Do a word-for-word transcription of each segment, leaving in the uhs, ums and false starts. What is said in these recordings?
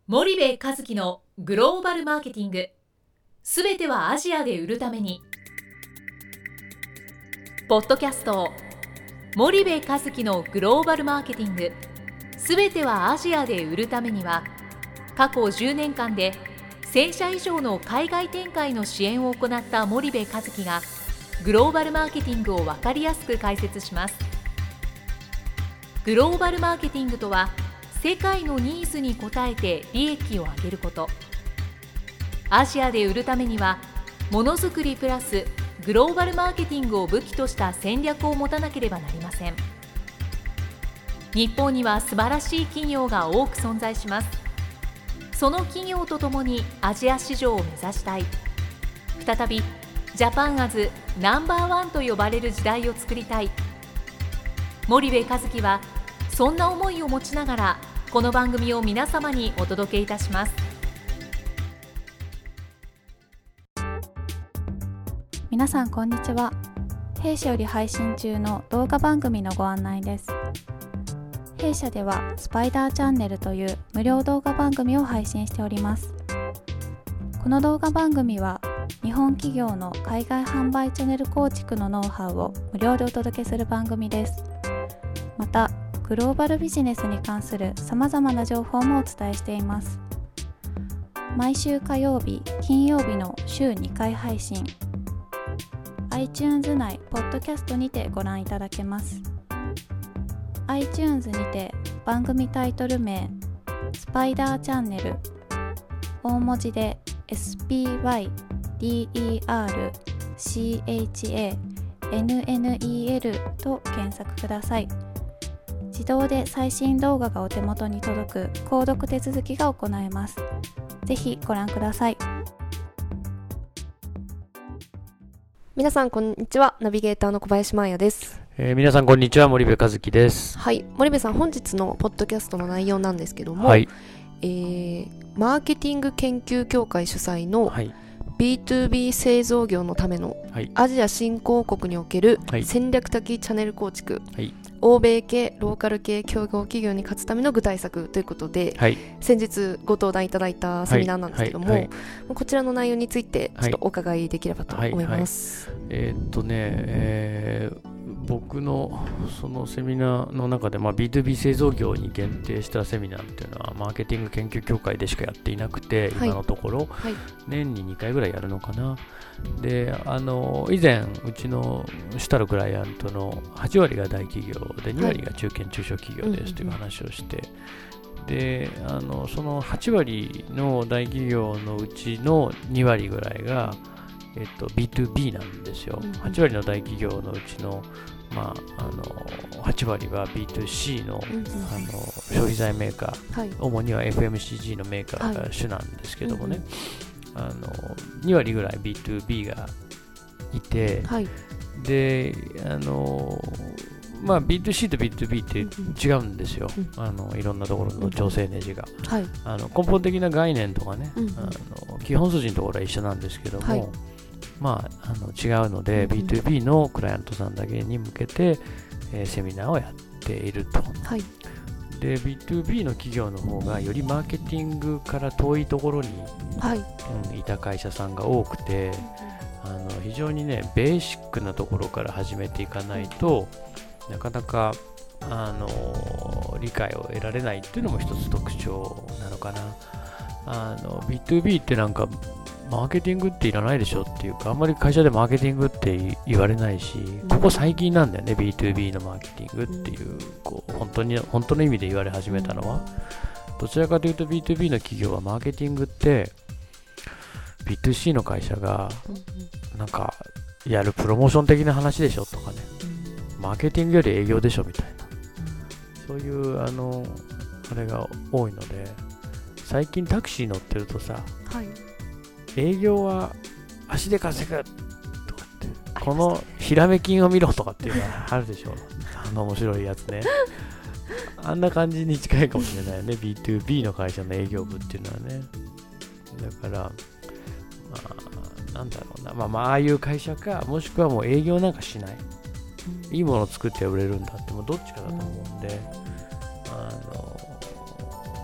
森部一樹のグローバルマーケティング、すべてはアジアで売るために。ポッドキャスト森部一樹のグローバルマーケティング、すべてはアジアで売るためには、過去じゅうねんかんでせんしゃ以上の海外展開の支援を行った森部一樹がグローバルマーケティングを分かりやすく解説します。グローバルマーケティングとは、世界のニーズに応えて利益を上げること。アジアで売るためには、ものづくりプラスグローバルマーケティングを武器とした戦略を持たなければなりません。日本には素晴らしい企業が多く存在します。その企業とともにアジア市場を目指したい。再びジャパンアズナンバーワンと呼ばれる時代を作りたい。森部一樹はそんな思いを持ちながら、この番組を皆様にお届けいたします。 皆さんこんにちは。弊社より配信中の動画番組のご案内です。弊社ではスパイダーチャンネルという無料動画番組を配信しております。この動画番組は日本企業の海外販売チャンネル構築のノウハウを無料でお届けする番組です。またグローバルビジネスに関するさまざまな情報もお伝えしています。毎週火曜日、金曜日の週にかい配信、iTunes 内ポッドキャストにてご覧いただけます。 iTunes にて番組タイトル名スパイダーチャンネル、大文字で エスピーワイディーイーアールシーエイチエーエヌエヌイーエル と検索ください。自動で最新動画がお手元に届く購読手続きが行えます。ぜひご覧ください。 皆さんこんにちは。ナビゲーターの小林真彩です。 えー、皆さんこんにちは。森部一樹です。 はい、森部さん、本日のポッドキャストの内容なんですけども、 はい、 えー、マーケティング研究協会主催の、 はい、 ビーツービー 製造業のためのアジア新興国における戦略的チャンネル構築、はい、欧米系ローカル系競合企業に勝つための具体策ということで、はい、先日ご登壇いただいたセミナーなんですけども、はいはいはい、こちらの内容についてちょっとお伺いできればと思います。 はいはいはい、えー、っとね、えー僕のそのセミナーの中で、まあ、ビーツービー 製造業に限定したセミナーっていうのはマーケティング研究協会でしかやっていなくて、はい、今のところ、はい、年ににかいぐらいやるのかな。で、あの以前うちの主たるクライアントのはちわりが大企業でにわりが中堅中小企業ですという話をして、はい、であのそのはちわりの大企業のうちのにわりぐらいがえっと、ビーツービー なんですよ。うん、はちわりの大企業のうちの、まあ、あのはちわりは ビーツーシー の、うん、あの消費財メーカー、はい、主には エフエムシージー のメーカーが主なんですけどもね、はい、あのにわりぐらい ビーツービー がいて、はい、であのまあ、ビーツーシー と ビーツービー って違うんですよ、うん、あのいろんなところの調整ネジが、はい、あの根本的な概念とかね、うん、あの基本筋のところは一緒なんですけども、はい、まあ、あの違うので、うん、ビーツービー のクライアントさんだけに向けて、えー、セミナーをやっていると、はい、で ビーツービー の企業の方がよりマーケティングから遠いところに、はいうん、いた会社さんが多くて、あの非常にねベーシックなところから始めていかないとなかなかあの理解を得られないっていうのも一つ特徴なのかな。あの ビーツービー ってなんかマーケティングっていらないでしょっていうか、あんまり会社でマーケティングって言われないし、ここ最近なんだよね、ビーツービー のマーケティングっていう、こう本当に本当の意味で言われ始めたのは、どちらかというと ビーツービー の企業はマーケティングって ビーツーシー の会社がなんかやるプロモーション的な話でしょとかね、マーケティングより営業でしょみたいな、そういうあのあれが多いので、最近タクシー乗ってるとさ、はい、営業は足で稼ぐとかって、このひらめ金を見ろとかっていうのがあるでしょあの面白いやつねあんな感じに近いかもしれないよねビーツービー の会社の営業部っていうのはね。だからまあなんだろうな、まあまあああいう会社か、もしくはもう営業なんかしない、いいものを作って売れるんだって、もうどっちかだと思うんで、あの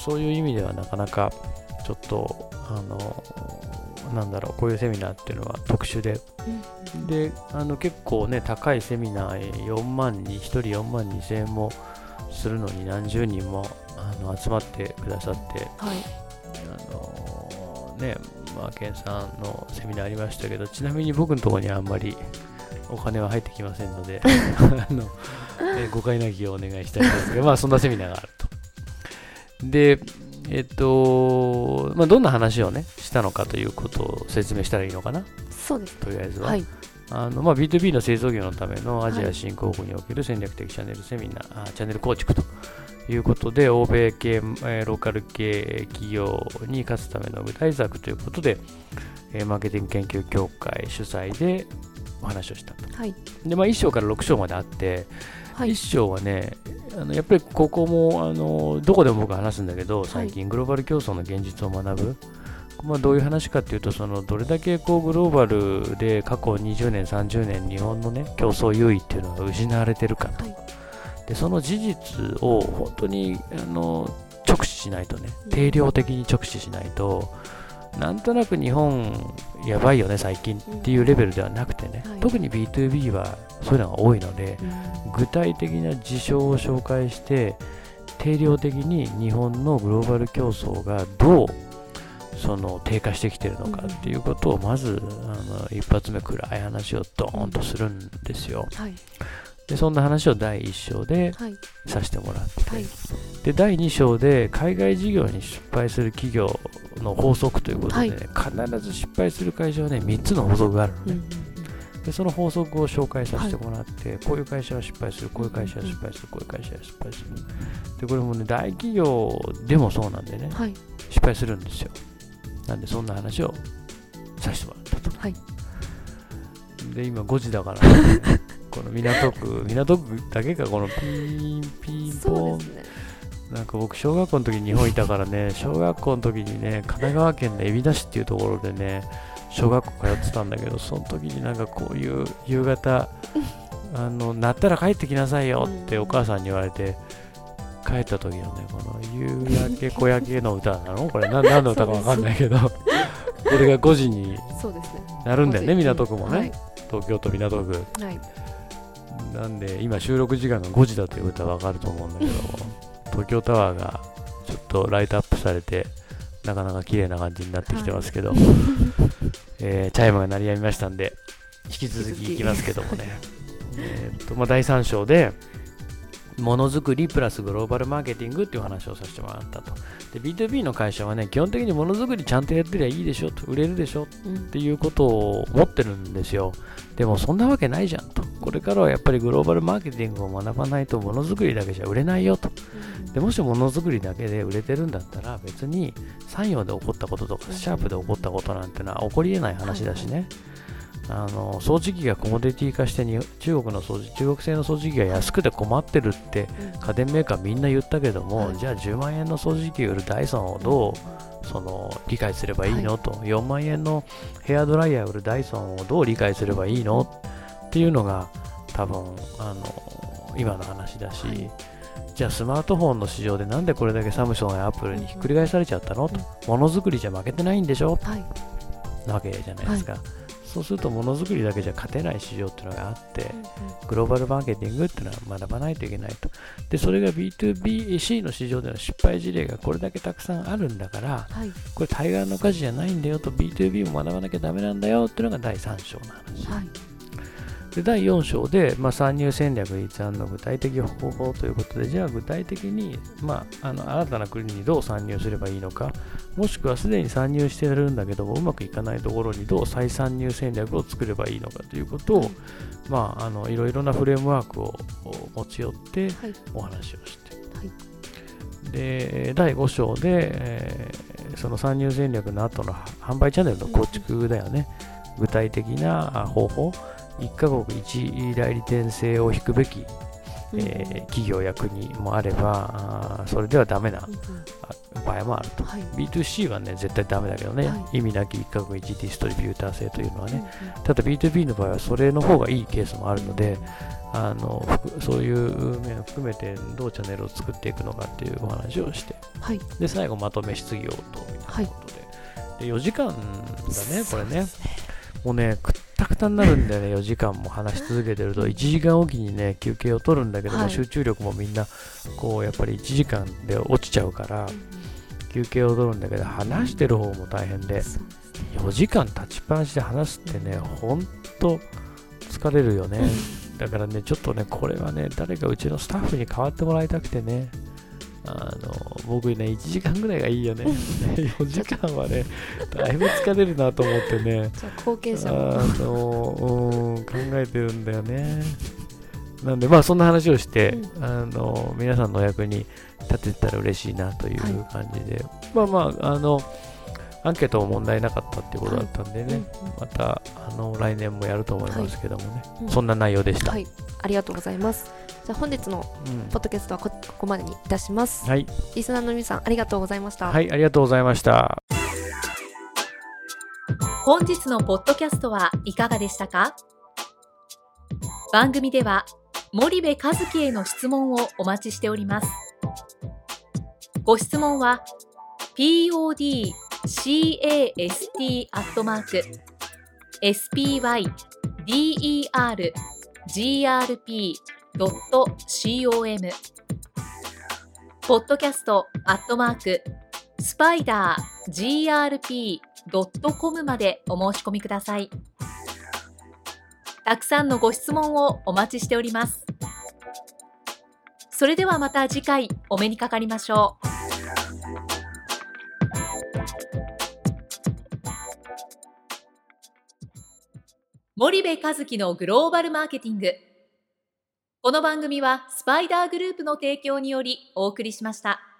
そういう意味ではなかなかちょっとあのなんだろうこういうセミナーっていうのは特殊で、うん、であの結構ね高いセミナーよんまんにひとりよんまんにせんえんもするのに何十人もあの集まってくださって、はい、あのねまあケンさんのセミナーありましたけど、ちなみに僕のところにはあんまりお金は入ってきませんのであの、え誤解なきをお願いしたいんですが、まあそんなセミナーがあると。でえっとまあ、どんな話をねしたのかということを説明したらいいのかな。 そうです、 とりあえずは、 はい、 あのまあ、ビーツービー の製造業のためのアジア新興国における戦略的チャンネルセミナー、はい、チャンネル構築ということで、欧米系、えー、ローカル系企業に勝つための具体策ということで、えー、マーケティング研究協会主催でお話をしたと。はい、でまあ、いっ章からろく章まであって、はい、いっ章はねあのやっぱりここもあのどこでも僕は話すんだけど、最近グローバル競争の現実を学ぶ、まあ、どういう話かっていうと、そのどれだけこうグローバルで過去にじゅうねんさんじゅうねん日本のね競争優位っていうのが失われてるかと、はい、でその事実を本当にあの直視しないとね、定量的に直視しないと、なんとなく日本やばいよね最近っていうレベルではなくてね、はい、特に ビーツービー はそういうのが多いので、うん、具体的な事象を紹介して定量的に日本のグローバル競争がどうその低下してきているのかっていうことをまず、うん、あの一発目暗い話をドーンとするんですよ、はい、でそんな話をだいいっ章でさせてもらって、はい、でだいに章で海外事業に失敗する企業の法則ということで、ね、はい、必ず失敗する会社はねみっつの法則があるのね、うん、でその法則を紹介させてもらって、はい、こういう会社は失敗する、こういう会社は失敗する、こういう会社は失敗する、でこれもね大企業でもそうなんでね、はい、失敗するんですよ。なんでそんな話をさせてもらったと、はい、で今ごじだから、ね、この港区港区だけかこのピーンピーンポン、ね、なんか僕小学校の時に日本いたからね、小学校の時にね神奈川県の海老名市っていうところでね小学校通ってたんだけど、その時になんかこういう夕方あの鳴ったら帰ってきなさいよってお母さんに言われて帰った時のねこの夕焼け小焼けの歌なのこれ何の歌か分かんないけどこれがごじになるんだよね、港区もね、はい、東京都港区、はい、なんで今収録時間がごじだという歌は分かると思うんだけど東京タワーがちょっとライトアップされてなかなか綺麗な感じになってきてますけど、はい、えー、チャイムが鳴りやみましたんで引き続きいきますけどもねえと、まあ、だいさん章でものづくりプラスグローバルマーケティングっていう話をさせてもらったと。で ビーツービー の会社はね基本的にものづくりちゃんとやってりゃいいでしょと、売れるでしょっていうことを思ってるんですよ。でもそんなわけないじゃんと。これからはやっぱりグローバルマーケティングを学ばないとものづくりだけじゃ売れないよと。でもしものづくりだけで売れてるんだったら別に産業で起こったこととかシャープで起こったことなんてのは起こり得ない話だしね、あの掃除機がコモディティ化してに中国の掃除中国製の掃除機が安くて困ってるって家電メーカーみんな言ったけども、じゃあじゅうまんえんの掃除機を売るダイソンをどうその理解すればいいのと、よんまんえんのヘアドライヤーを売るダイソンをどう理解すればいいのっていうのが多分あの今の話だし、じゃあスマートフォンの市場でなんでこれだけサムソンやアップルにひっくり返されちゃったのと、ものづくりじゃ負けてないんでしょ、なわけじゃないですか。そうするとものづくりだけじゃ勝てない市場っていうのがあって、グローバルマーケティングっていうのは学ばないといけないと。でそれが ビーツービーシー の市場での失敗事例がこれだけたくさんあるんだから、はい、これ対岸の火事じゃないんだよと、 ビーツービー も学ばなきゃダメなんだよっていうのがだいさん章の話、はい、でだいよん章で、まあ、参入戦略立案の具体的方法ということで、じゃあ具体的に、まあ、あの新たな国にどう参入すればいいのか、もしくはすでに参入してるんだけどもうまくいかないところにどう再参入戦略を作ればいいのかということを、まあ、あのいろいろなフレームワークを持ち寄ってお話をして、はいはい、でだいご章で、えー、その参入戦略の後の販売チャンネルの構築だよね、うん、具体的な方法、いっカ国いち代理店制を引くべき、えー、企業や国もあれば、あそれではダメな、 場合もあると、はい、ビーツーシー はね絶対ダメだけどね、はい、意味なき一角一ディストリビューター制というのはね、うんうん、ただ ビーツービー の場合はそれの方がいいケースもあるので、あのそういう面を含めてどうチャンネルを作っていくのかっていうお話をして、はい、で最後まとめ質疑応答ということで、はい、でよじかんだねこれね、もうねくったくたになるんだよねよじかんも話し続けてるといちじかんおきにね休憩を取るんだけども、はい、集中力もみんなこうやっぱりいちじかんで落ちちゃうから、うん、休憩を取るんだけど話してる方も大変で、よじかん立ちっぱなしで話すってねほんと疲れるよねだからねちょっとねこれはね誰かうちのスタッフに代わってもらいたくてね、あの僕ねいちじかんぐらいがいいよねよじかんはねだいぶ疲れるなと思ってねじゃあ後継者もあの、うん、考えてるんだよね。なんでまあそんな話をして、うん、あの皆さんのお役に立てたら嬉しいなという感じで、はい、まあまああのアンケートも問題なかったっていうことだったんでね、はい、またあの来年もやると思いますけどもね、はい、そんな内容でした、 はい、ありがとうございます。じゃあ本日のポッドキャストは こ, ここまでにいたします、はい、リスナーの皆さんありがとうございました。 はい、ありがとうございました。 本日のポッドキャストはいかがでしたか？番組では森部一樹への質問をお待ちしております。ご質問は podcast アットマーク スピーワイディーイーアールジーアールピードットコム ポッドキャストアットマークスパイダー ジーアールピードットコム までお申し込みください。たくさんのご質問をお待ちしております。それではまた次回お目にかかりましょう。森部一樹のグローバルマーケティング。この番組はスパイダーグループの提供によりお送りしました。